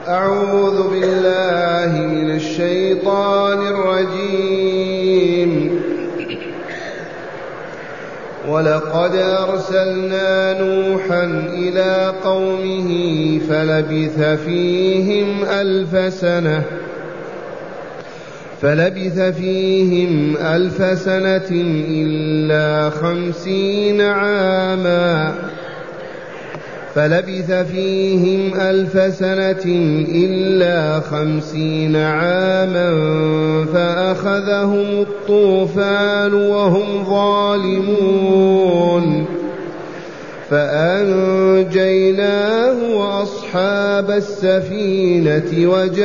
أعوذ بالله من الشيطان الرجيم. ولقد أرسلنا نوحا إلى قومه فلبث فيهم 1000 سنة إلا 50 عاما فأخذهم الطوفان وهم ظالمون فأنجيناه وأصحاب السفينة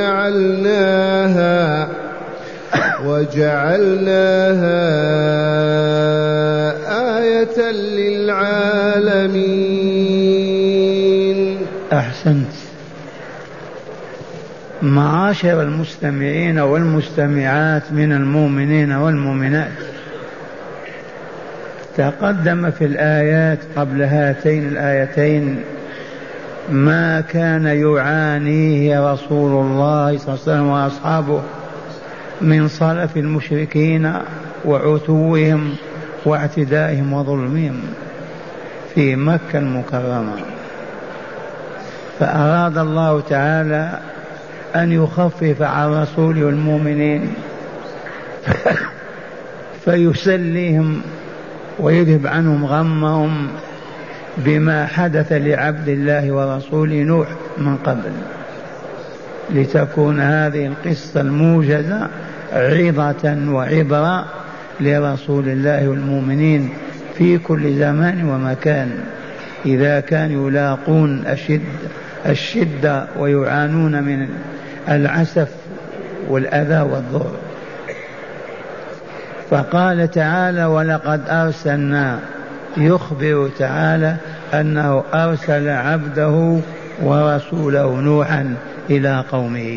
وجعلناها آية للعالمين. أحسنت. معاشر المستمعين والمستمعات من المؤمنين والمؤمنات، تقدم في الآيات قبل هاتين الآيتين ما كان يعانيه رسول الله صلى الله عليه وسلم وأصحابه من صلف المشركين وعتوهم واعتدائهم وظلمهم في مكة المكرمة، فأراد الله تعالى أن يخفف عن رسوله والمؤمنين فيسليهم ويذهب عنهم غمهم بما حدث لعبد الله ورسوله نوح من قبل، لتكون هذه القصة الموجزة عظة وعبرة لرسول الله والمؤمنين في كل زمان ومكان، إذا كانوا يلاقون الشدة ويعانون من العسف والأذى والضر. فقال تعالى: ولقد أرسلنا، يخبر تعالى أنه أرسل عبده ورسوله نوحا إلى قومه.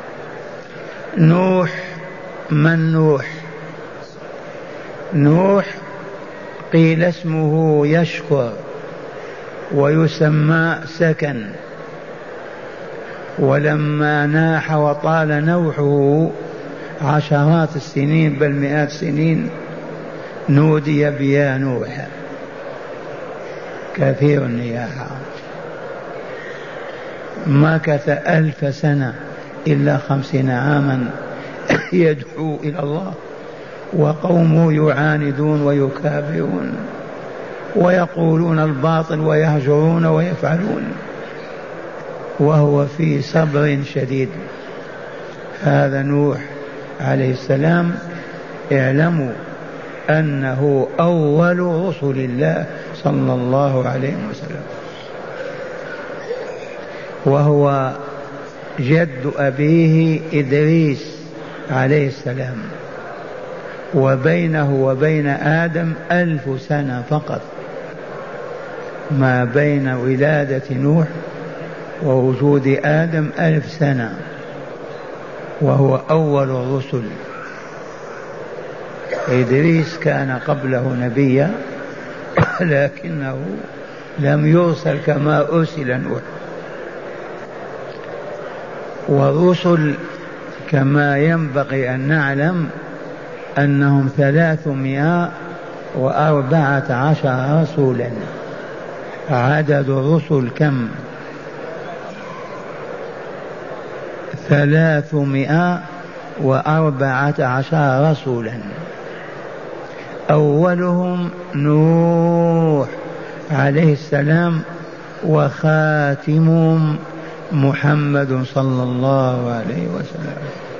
نوح من نوح؟ نوح قيل اسمه يشكر ويسمى سكن، ولما ناح وطال نوحه عشرات السنين بل 100 سنين نودي بيا نوح، كثير النياحة. مكث 1000 سنة إلا 50 عاما يدعو إلى الله، وقومه يعاندون ويكابرون ويقولون الباطل ويهجرون ويفعلون، وهو في صبر شديد. هذا نوح عليه السلام، اعلموا أنه أول رسل الله صلى الله عليه وسلم، وهو جد أبيه إدريس عليه السلام، وبينه وبين آدم 1000 سنة فقط، ما بين ولادة نوح ووجود آدم 1000 سنة، وهو أول الرسل. إدريس كان قبله نبيا لكنه لم يرسل كما أرسل نوح. والرسل كما ينبغي أن نعلم أنهم 314 رسولا. عدد الرسل كم؟ 314 رسولا. أولهم نوح عليه السلام، وخاتمهم محمد صلى الله عليه وسلم.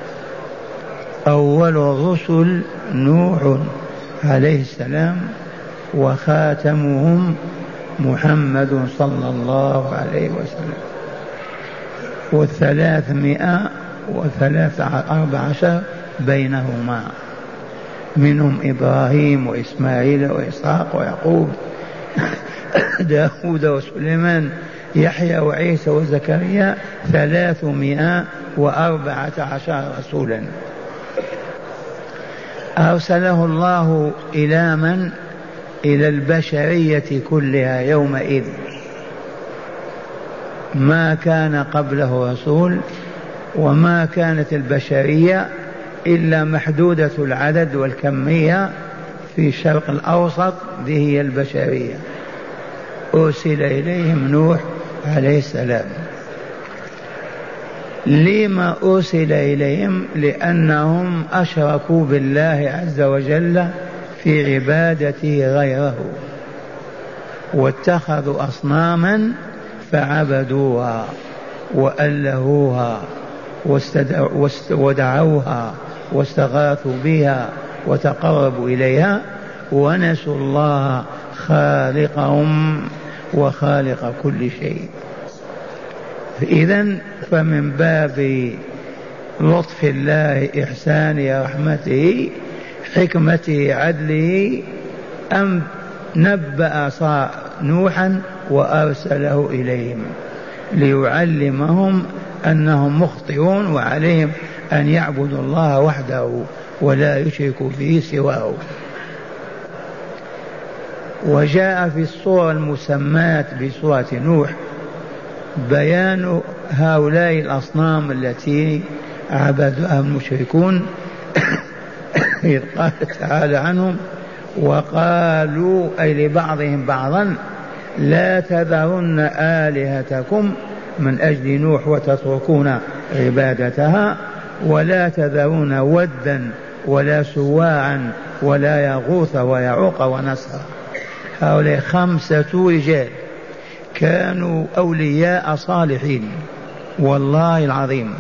أول الرسل نوح عليه السلام، وخاتمهم محمد صلى الله عليه وسلم. 314 بينهما، منهم إبراهيم وإسماعيل وإسحاق ويعقوب داود وسليمان يحيى وعيسى وزكريا. 314 رسولا أرسله الله إلى من؟ إلى البشرية كلها يومئذ. ما كان قبله رسول، وما كانت البشرية إلا محدودة العدد والكمية في الشرق الأوسط، دي هي البشرية. أرسل إليهم نوح عليه السلام. لما أرسل إليهم؟ لأنهم أشركوا بالله عز وجل في عبادته غيره، واتخذوا أصناما فعبدوها وألهوها ودعوها واستغاثوا بها وتقربوا إليها، ونسوا الله خالقهم وخالق كل شيء. إذن فمن باب لطف الله، إحسانه، رحمته، حكمته، عدله، أن نبأ نوحا وأرسله إليهم ليعلمهم أنهم مخطئون وعليهم أن يعبدوا الله وحده ولا يشركوا به سواه. وجاء في الصورة المسماة بسورة نوح بيان هؤلاء الأصنام التي عبدها المشركون إذ قال تعالى عنهم: وقالوا أي لبعضهم بعضا: لا تذرن آلهتكم، من أجل نوح، وتتركون عبادتها، ولا تذرون ودا ولا سواعا ولا يغوث ويعوق ونسرا. هؤلاء 5 رجال كانوا أولياء صالحين والله العظيم،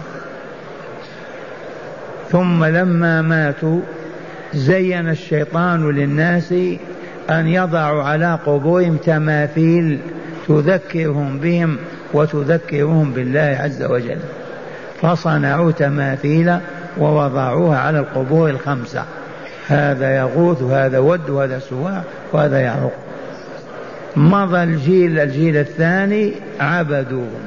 ثم لما ماتوا زين الشيطان للناس أن يضعوا على قبورهم تماثيل تذكرهم بهم وتذكرهم بالله عز وجل، فصنعوا تماثيل ووضعوها على القبور 5، هذا يغوث وهذا ود وهذا سواع وهذا يعوق. مضى الجيل الثاني عبدوهم،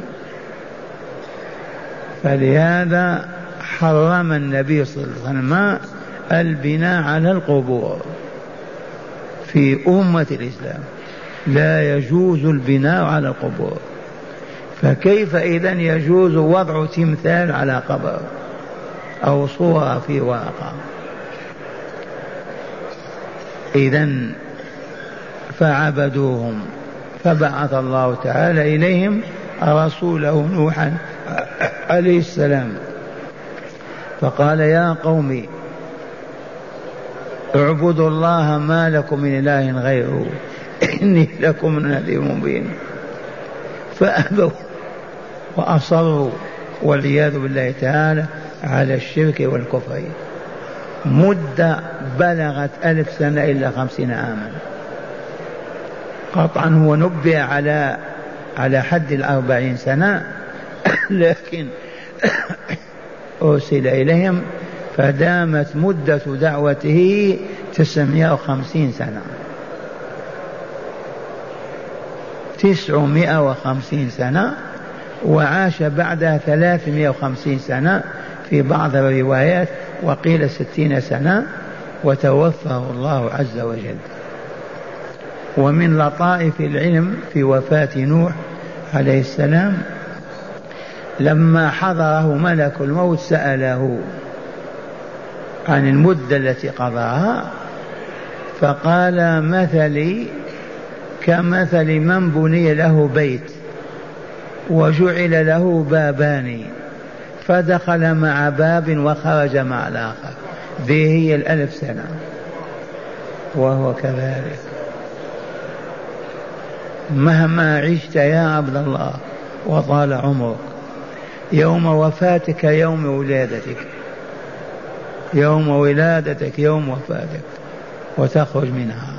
فلهذا حرم النبي صلى الله عليه وسلم البناء على القبور في أمة الإسلام، لا يجوز البناء على القبور، فكيف إذن يجوز وضع تمثال على قبر أو صورة في ورقة؟ إذن فعبدوهم، فبعث الله تعالى إليهم رسوله نوحا عليه السلام، فقال: يا قوم اعبدوا الله ما لكم من إله غيره إني لكم نذير مبين. فأبوا وأصروا والعياذ بالله تعالى على الشرك والكفر. مدة بلغت 1000 سنة إلا 50 عاما. قطعا هو نبئ على حد 40 سنة لكن أرسل إليهم فدامت مدة دعوته 950 سنة، 950 سنة، وعاش بعدها 350 سنة في بعض الروايات، وقيل 60 سنة، وتوفاه الله عز وجل. ومن لطائف العلم في وفاة نوح عليه السلام لما حضره ملك الموت سأله عن المدة التي قضاها، فقال: مثلي كمثل من بني له بيت وجعل له بابان فدخل مع باب وخرج مع الآخر، ذي هي 1000 سنة. وهو كذلك مهما عشت يا عبد الله وطال عمرك، يوم وفاتك يوم ولادتك، يوم ولادتك يوم وفاتك، وتخرج منها.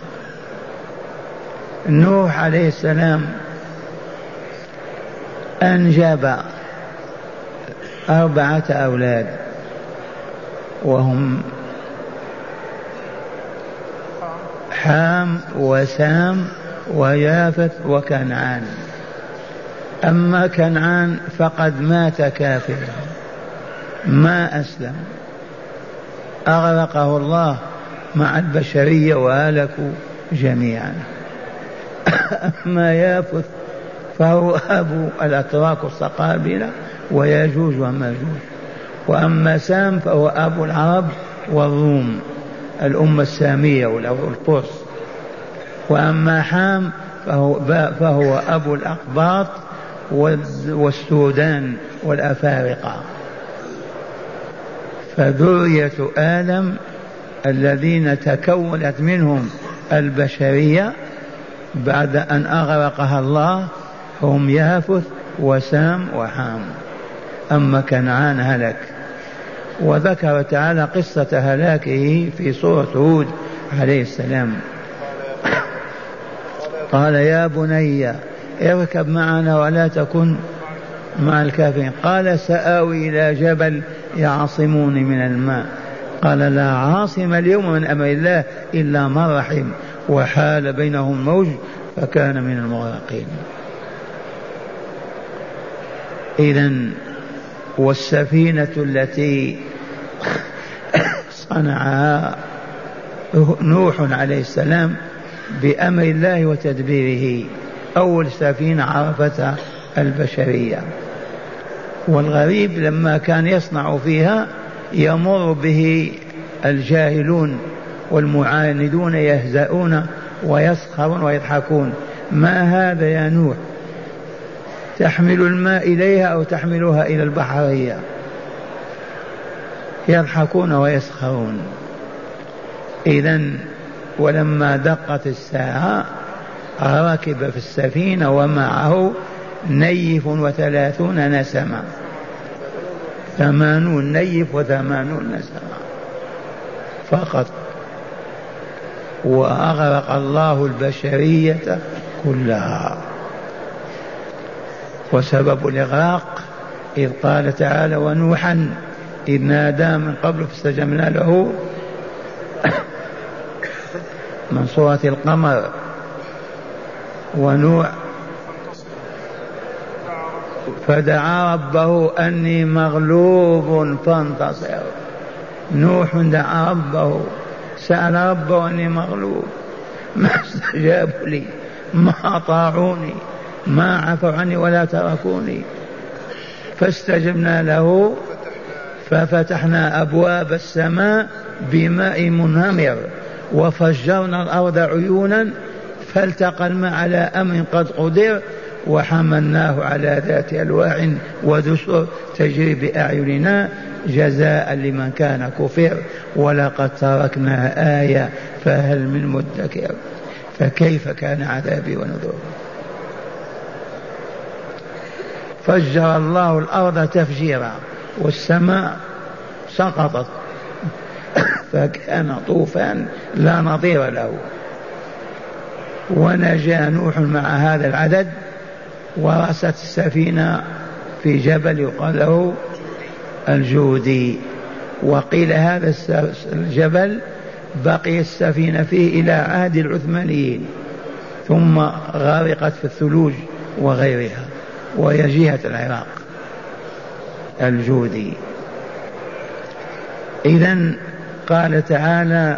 نوح عليه السلام أنجب 4 أولاد، وهم حام وسام ويافث وكنعان. أما كنعان فقد مات كافرا ما أسلم، أغرقه الله مع البشرية وهلكوا جميعا. أما يافث فهو أبو الأتراك الصقابلة ويجوج وماجوج. وأما سام فهو أبو العرب والروم الأمة السامية والفرس. وأما حام فهو أبو الأقباط والسودان والأفارقة. فذرية آدم الذين تكونت منهم البشرية بعد أن أغرقها الله هم يافث وسام وحام. أما كنعان هلك. وذكر تعالى قصة هلاكه في سورة هود عليه السلام. قال يا بني اركب معنا ولا تكن مع الكافرين. قال سآوي إلى جبل يعصموني من الماء. قال لا عاصم اليوم من أمر الله إلا من رحم وحال بينهم الموج فكان من المغرقين. إذن والسفينة التي صنعها نوح عليه السلام بأمر الله وتدبيره أول سفينة عرفتها البشرية. والغريب لما كان يصنع فيها يمر به الجاهلون والمعاندون يهزؤون ويسخرون ويضحكون. ما هذا يا نوح تحمل الماء إليها أو تحملها إلى البحرية؟ يضحكون ويسخرون. إذن ولما دقت الساعة ركب في السفينة ومعه 30 نسمة 80 نيف و80 نسمة فقط. وأغرق الله البشرية كلها. وسبب الإغراق إذ قال تعالى ونوحا إذ نادى من قبل فاستجبنا له من سورة القمر. ونوح فدعا ربه أني مغلوب فانتصر. نوح دعا ربه سأل ربه أني مغلوب ما استجابوا لي ما أطاعوني ما عفوا عني ولا تركوني. فاستجبنا له ففتحنا أبواب السماء بماء منهمر وفجرنا الأرض عيونا فالتقى الماء على أمر قد قدر وحملناه على ذات ألواح ودسر تجري بأعيننا جزاء لمن كان كفر ولقد تركنا آية فهل من مدكر. فكيف كان عذابي ونذر. فجر الله الأرض تفجيرا والسماء سقطت فكان طوفان لا نظير له. ونجا نوح مع هذا العدد ورست السفينة في جبل يقال له الجودي. وقيل هذا الجبل بقي السفينة فيه إلى عهد العثمانيين ثم غرقت في الثلوج وغيرها وهي جهة العراق الجودي. إذن قال تعالى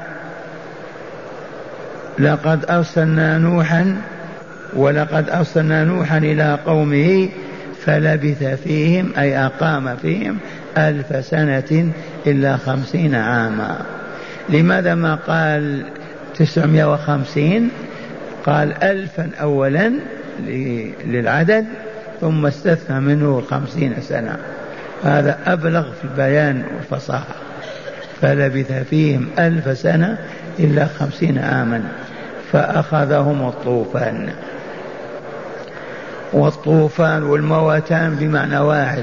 لقد أرسلنا نوحا ولقد أرسلنا نوحا إلى قومه فلبث فيهم أي أقام فيهم 1000 سنة إلا 50 عاما. لماذا ما قال 950؟ قال 1000 أولا للعدد ثم استثنى منه 50 سنة. هذا أبلغ في البيان والفصاحة. فلبث فيهم 1000 سنة إلا 50 عاما فأخذهم الطوفان. والطوفان والمواتان بمعنى واحد.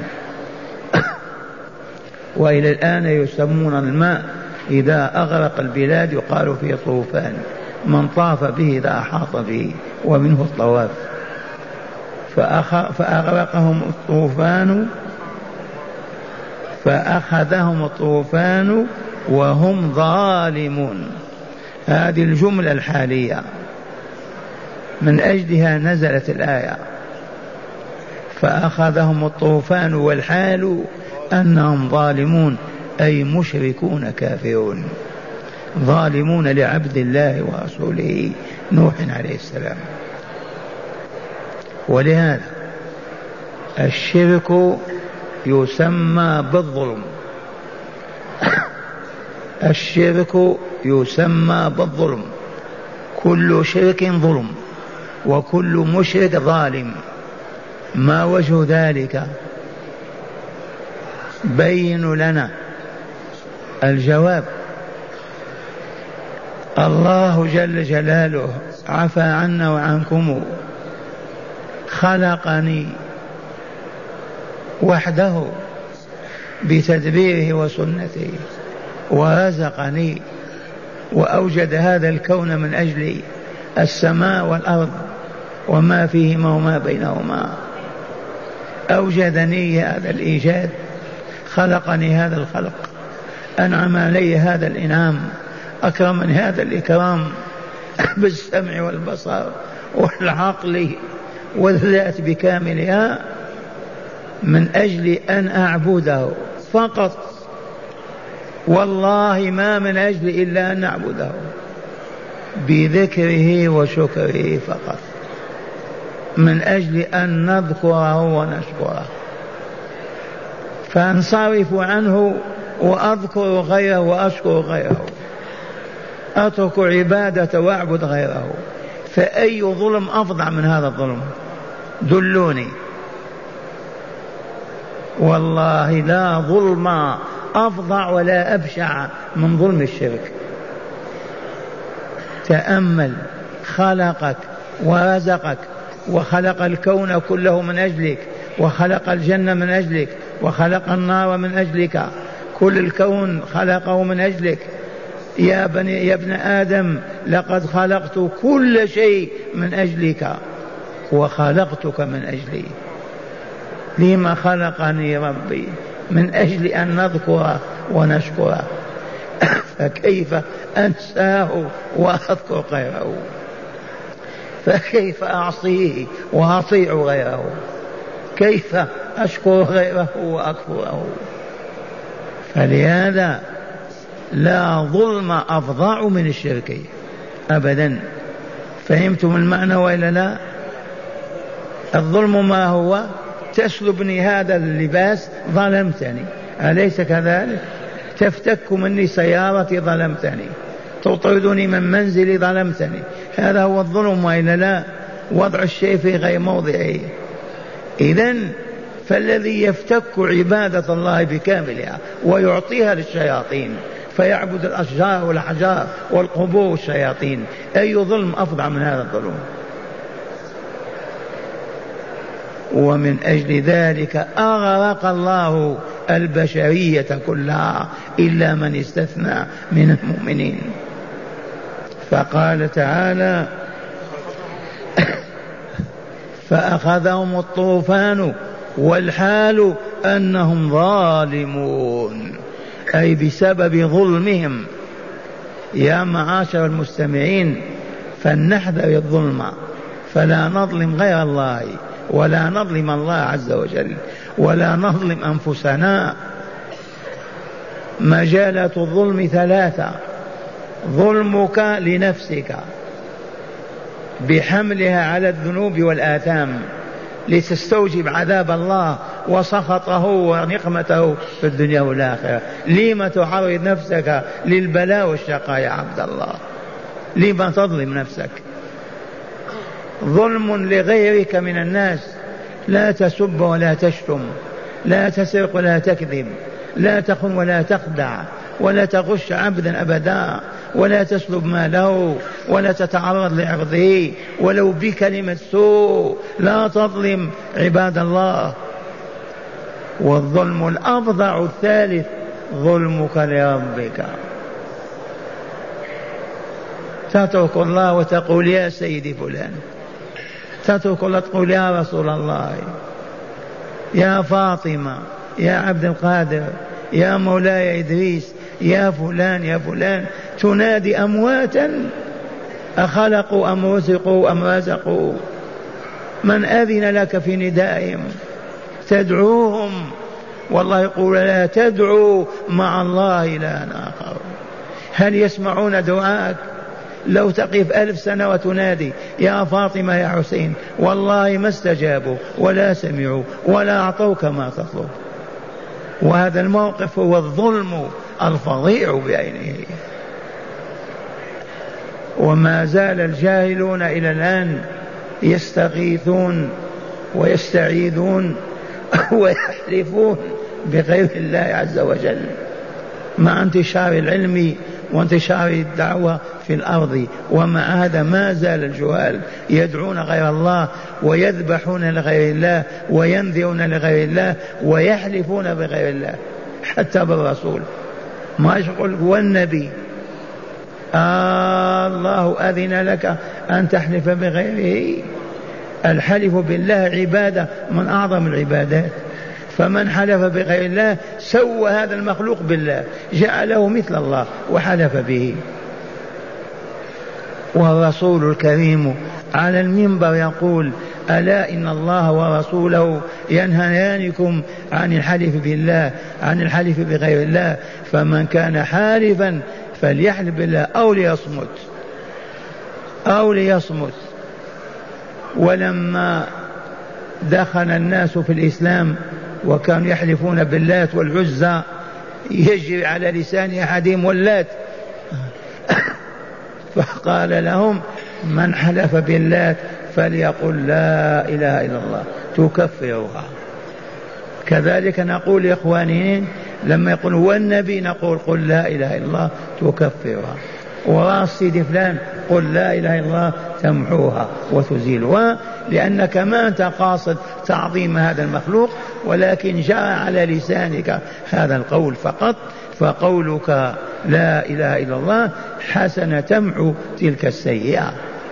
وإلى الآن يسمون الماء إذا أغرق البلاد يقال فيه طوفان. من طاف به إذا أحاط به ومنه الطواف. فأغرقهم الطوفان فأخذهم الطوفان وهم ظالمون. هذه الجملة الحالية من أجلها نزلت الآية. فأخذهم الطوفان والحال أنهم ظالمون أي مشركون كافرون ظالمون لعبد الله ورسوله نوح عليه السلام. ولهذا الشرك يسمى بالظلم، الشرك يسمى بالظلم، كل شرك ظلم وكل مشرك ظالم. ما وجه ذلك؟ بينوا لنا. الجواب: الله جل جلاله عفى عنا وعنكم، خلقني وحده بتدبيره وسنته، ورزقني وأوجد هذا الكون من أجلي، السماء والأرض وما فيهما وما بينهما. أوجدني هذا الإيجاد، خلقني هذا الخلق، أنعم علي هذا الإنعام، أكرمني هذا الإكرام بالسمع والبصر والعقل والذات بكاملها، من أجل أن أعبده فقط، والله ما من أجل إلا أن نعبده بذكره وشكره فقط، من أجل أن نذكره ونشكره. فانصرف عنه وأذكر غيره وأشكر غيره، أترك عبادة وأعبد غيره. فأي ظلم أفظع من هذا الظلم؟ دلوني. والله لا ظلم أفظع ولا أبشع من ظلم الشرك. تأمل، خلقك ورزقك وخلق الكون كله من أجلك، وخلق الجنة من أجلك، وخلق النار من أجلك، كل الكون خلقه من أجلك. يا ابن آدم لقد خلقت كل شيء من أجلك وخلقتك من أجلي. لما خلقني ربي؟ من أجل أن نذكره ونشكره. فكيف أنساه وأذكر غيره؟ فكيف أعصيه وأطيع غيره؟ كيف أشكر غيره وأكفره؟ فلهذا لا ظلم أفظع من الشرك أبدا. فهمتم المعنى وإلا لا؟ الظلم ما هو؟ تسلبني هذا اللباس ظلمتني، أليس كذلك؟ تفتك مني سيارتي ظلمتني، تطردني من منزلي ظلمتني. هذا هو الظلم وإلا لا؟ وضع الشيء في غير موضعه. إذن فالذي يفتك عبادة الله بكاملها ويعطيها للشياطين فيعبد الأشجار والأحجار والقبور والشياطين، أي ظلم أفظع من هذا الظلم؟ ومن أجل ذلك أغرق الله البشرية كلها إلا من استثنى من المؤمنين. فقال تعالى: فأخذهم الطوفان والحال أنهم ظالمون، أي بسبب ظلمهم. يا معاشر المستمعين، فلنحذر الظلم، فلا نظلم غير الله، ولا نظلم الله عز وجل، ولا نظلم أنفسنا. مجالات الظلم ثلاثة: ظلمك لنفسك بحملها على الذنوب والآثام لتستوجب عذاب الله وسخطه ونقمته في الدنيا والآخرة. لما تعرض نفسك للبلاء والشقاء يا عبد الله؟ لما تظلم نفسك؟ ظلم لغيرك من الناس: لا تسب ولا تشتم، لا تسرق ولا تكذب، لا تخن ولا تخدع، ولا تغش عبدا أبدا، ولا تسلب ماله، ولا تتعرض لعرضه ولو بكلمة سوء. لا تظلم عباد الله. والظلم الأفظع الثالث: ظلمك لربك. تترك الله وتقول يا سيدي فلان، تترك الله تقول يا رسول الله، يا فاطمة، يا عبد القادر، يا مولاي إدريس، يا فلان يا فلان. تنادي أمواتا أخلقوا أم رزقوا أم رزقوا؟ من أذن لك في ندائهم؟ تدعوهم، والله يقول لا تدعوا مع الله إلها آخر. هل يسمعون دعاءك؟ لو تقف 1000 سنة وتنادي يا فاطمة يا حسين والله ما استجابوا ولا سمعوا ولا أعطوك ما تطلب. وهذا الموقف هو الظلم الفظيع بعينه. وما زال الجاهلون إلى الآن يستغيثون ويستعيذون ويحلفون بغير الله عز وجل مع انتشار العلم وانتشار الدعوة في الأرض. ومع هذا ما زال الجهال يدعون غير الله ويذبحون لغير الله وينذرون لغير الله ويحلفون بغير الله حتى بالرسول. ما يقول والنبي الله أذن لك أن تحلف بغيره. الحلف بالله عبادة من أعظم العبادات، فمن حلف بغير الله سوى هذا المخلوق بالله، جعله مثل الله وحلف به. والرسول الكريم على المنبر يقول ألا إن الله ورسوله ينهيانكم عن الحلف بالله عن الحلف بغير الله، فمن كان حالفا فليحلف بالله أو ليصمت. ولما دخل الناس في الإسلام وكانوا يحلفون باللات والعزى يجري على لسان أحدهم واللات، فقال لهم من حلف باللات فليقل لا إله إلا الله تكفرها. كذلك نقول لإخوانين لما يقول والنبي نقول قل لا إله إلا الله تكفرها، وراس سيدي فلان قل لا إله إلا الله تمحوها وتزيلها، لأنك ما أنت قاصد تعظيم هذا المخلوق ولكن جرى على لسانك هذا القول فقط. فقولك لا إله إلا الله حسنة تمحو تلك السيئة.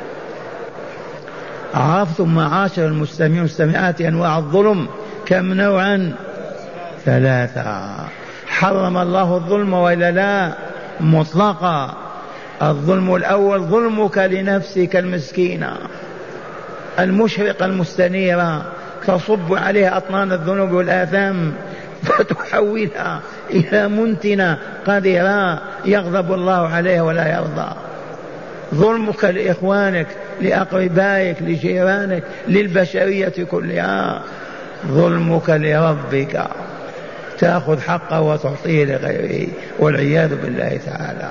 عرفتم معاشر المستمعين والمستمعات أنواع الظلم كم نوعا؟ 3. حرم الله الظلم وإلا لا؟ مطلقا. الظلم الأول ظلمك لنفسك المسكينة المشرقة المستنيرة تصب عليها أطنان الذنوب والآثام فتحولها إلى منتنة قذرة يغضب الله عليها ولا يرضى. ظلمك لإخوانك لأقربائك لجيرانك للبشرية كلها. ظلمك لربك تأخذ حقه وتعطيه لغيره والعياذ بالله تعالى.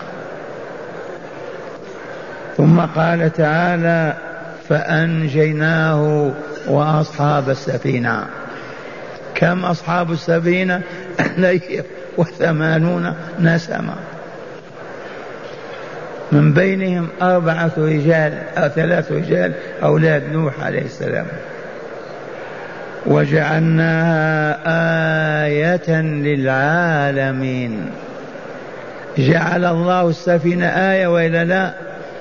ثم قال تعالى فأنجيناه وأصحاب السفينة. كم أصحاب السفينة؟ 80 نسمة، من بينهم 4 رجال أو 3 رجال أولاد نوح عليه السلام. وجعلناها آية للعالمين. جعل الله السفينة آية وإلا لا؟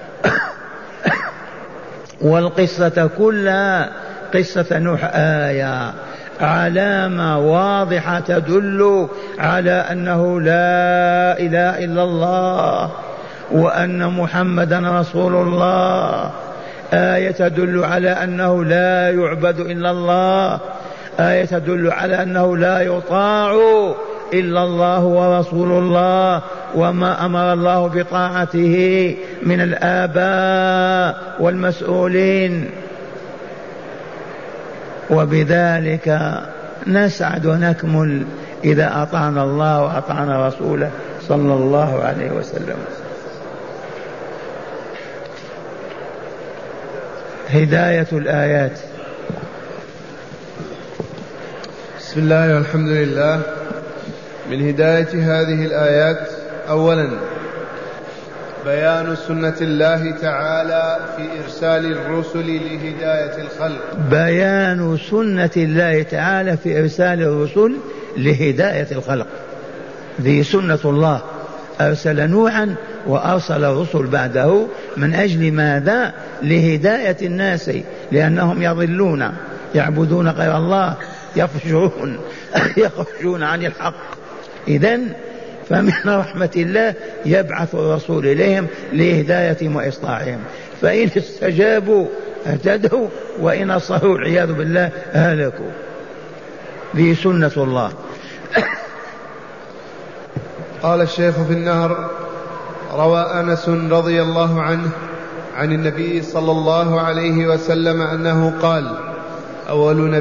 والقصة كلها قصة نوح آية، علامة واضحة تدل على أنه لا إله إلا الله وأن محمدا رسول الله. آية تدل على أنه لا يعبد إلا الله. آية تدل على أنه لا يطاع إلا الله ورسول الله، وما أمر الله بطاعته من الآباء والمسؤولين. وبذلك نسعد ونكمل إذا أطعنا الله وأطعنا رسوله صلى الله عليه وسلم. هداية الآيات. بسم الله والحمد لله. من هداية هذه الآيات أولا بيان سنة الله تعالى في إرسال الرسل لهداية الخلق. بيان سنة الله تعالى في إرسال الرسل لهداية الخلق. ذي سنة الله، أرسل نوحا وأرسل الرسل بعده من أجل ماذا؟ لهداية الناس، لأنهم يضلون يعبدون غير الله يخرجون عن الحق. إذن فمن رحمة الله يبعث الرسول إليهم لهدايتهم وإصلاحهم، فإن استجابوا اهتدوا وإن صاروا العياذ بالله هلكوا. ذي سنة الله. قال الشيخ في النهر: روى أنس رضي الله عنه عن النبي صلى الله عليه وسلم أنه قال: أول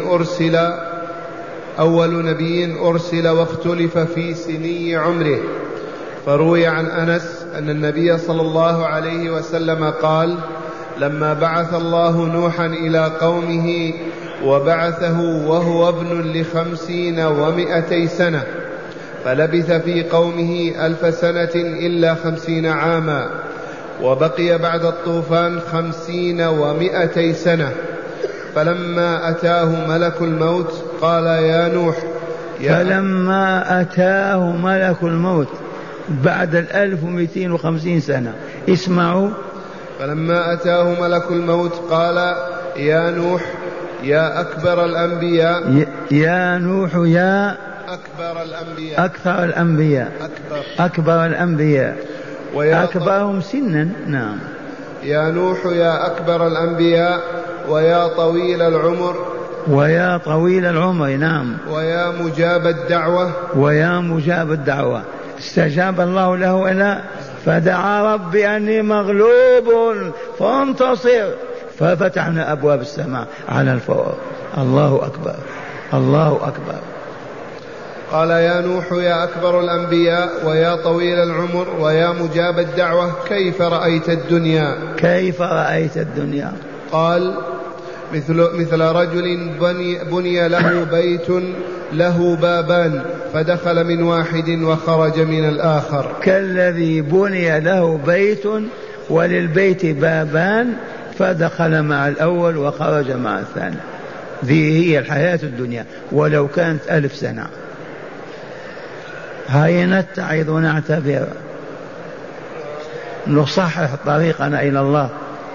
نبي أرسل واختلف في سني عمره. فروي عن أنس أن النبي صلى الله عليه وسلم قال: لما بعث الله نوحا إلى قومه وبعثه وهو ابن 50 و200 سنة، فلبث في قومه 1000 سنة إلا 50 عاما، وبقي بعد الطوفان 50 و200 سنة. فلما أتاه ملك الموت قال: يا نوح فلما أتاه ملك الموت بعد 1250 سنة، اسمعوا: فلما أتاه ملك الموت قال: يا نوح يا أكبر الأنبياء، يا نوح يا أكبر الأنبياء أكبرهم سنا. نعم. يا نوح يا أكبر الأنبياء ويا طويل العمر نعم، ويا مجاب الدعوة. استجاب الله له إلا فدعا ربي أني مغلوب فانتصر، ففتحنا أبواب السماء على الفور. الله أكبر، الله أكبر. قال: يا نوح يا أكبر الأنبياء ويا طويل العمر ويا مجاب الدعوة، كيف رأيت الدنيا؟ قال: مثل رجل بني له بيت له بابان، فدخل من واحد وخرج من الآخر. كالذي بني له بيت وللبيت بابان، فدخل مع الأول وخرج مع الثاني. ذي هي الحياة الدنيا ولو كانت 1000 سنة. هيا نتعظ ونعتبر، نصحح طريقنا إلى الله.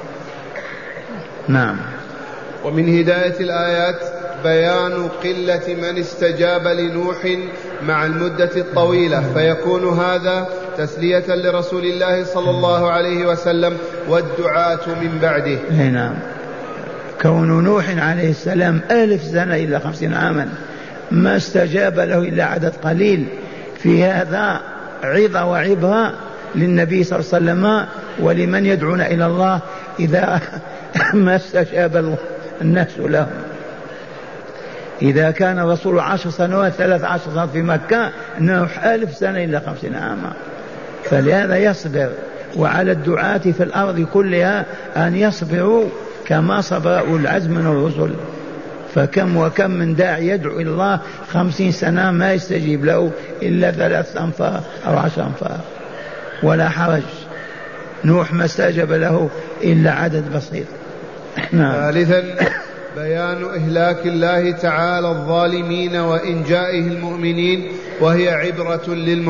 نعم. ومن هداية الآيات بيان قلة من استجاب لنوح مع المدة الطويلة، فيكون هذا تسلية لرسول الله صلى الله عليه وسلم والدعاة من بعده. نعم. كون نوح عليه السلام 1000 سنة إلا 50 عاما ما استجاب له إلا عدد قليل، في هذا عظة وعبرة للنبي صلى الله عليه وسلم ولمن يدعون إلى الله إذا ما استجاب الناس لهم. إذا كان الرسول 10 سنوات 13 سنوات في مكة، نوح 1000 سنة إلا 50 عاما. فلهذا يصبر، وعلى الدعاة في الأرض كلها أن يصبروا كما صبر أولو العزم من الرسل. فكم وكم من داعي يدعو إلى الله 50 سنة ما يستجيب له إلا 3 أنفار أو 10 أنفار، ولا حرج. نوح ما استجاب له إلا عدد بسيط. ثالثا بيان إهلاك الله تعالى الظالمين وإنجائه المؤمنين، وهي عبرة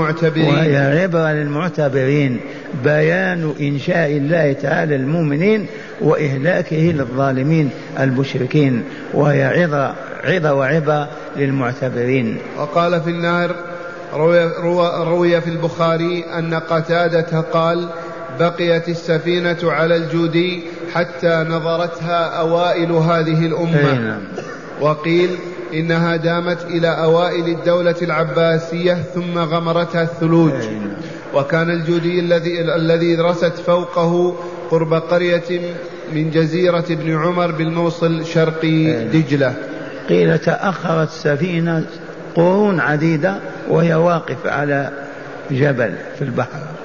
للمعتبرين. بيان إنشاء الله تعالى المؤمنين وإهلاكه للظالمين المشركين، وهي عظة وعبرة للمعتبرين. وقال في النهر: روي في البخاري أن قتادة قال: بقيت السفينة على الجودي حتى نظرتها أوائل هذه الأمة. وقيل إنها دامت إلى أوائل الدولة العباسية ثم غمرتها الثلوج. وكان الجودي الذي رست فوقه قرب قرية من جزيرة ابن عمر بالموصل شرقي دجلة. قيل تأخرت السفينة قرون عديدة وهي واقفة على جبل في البحر.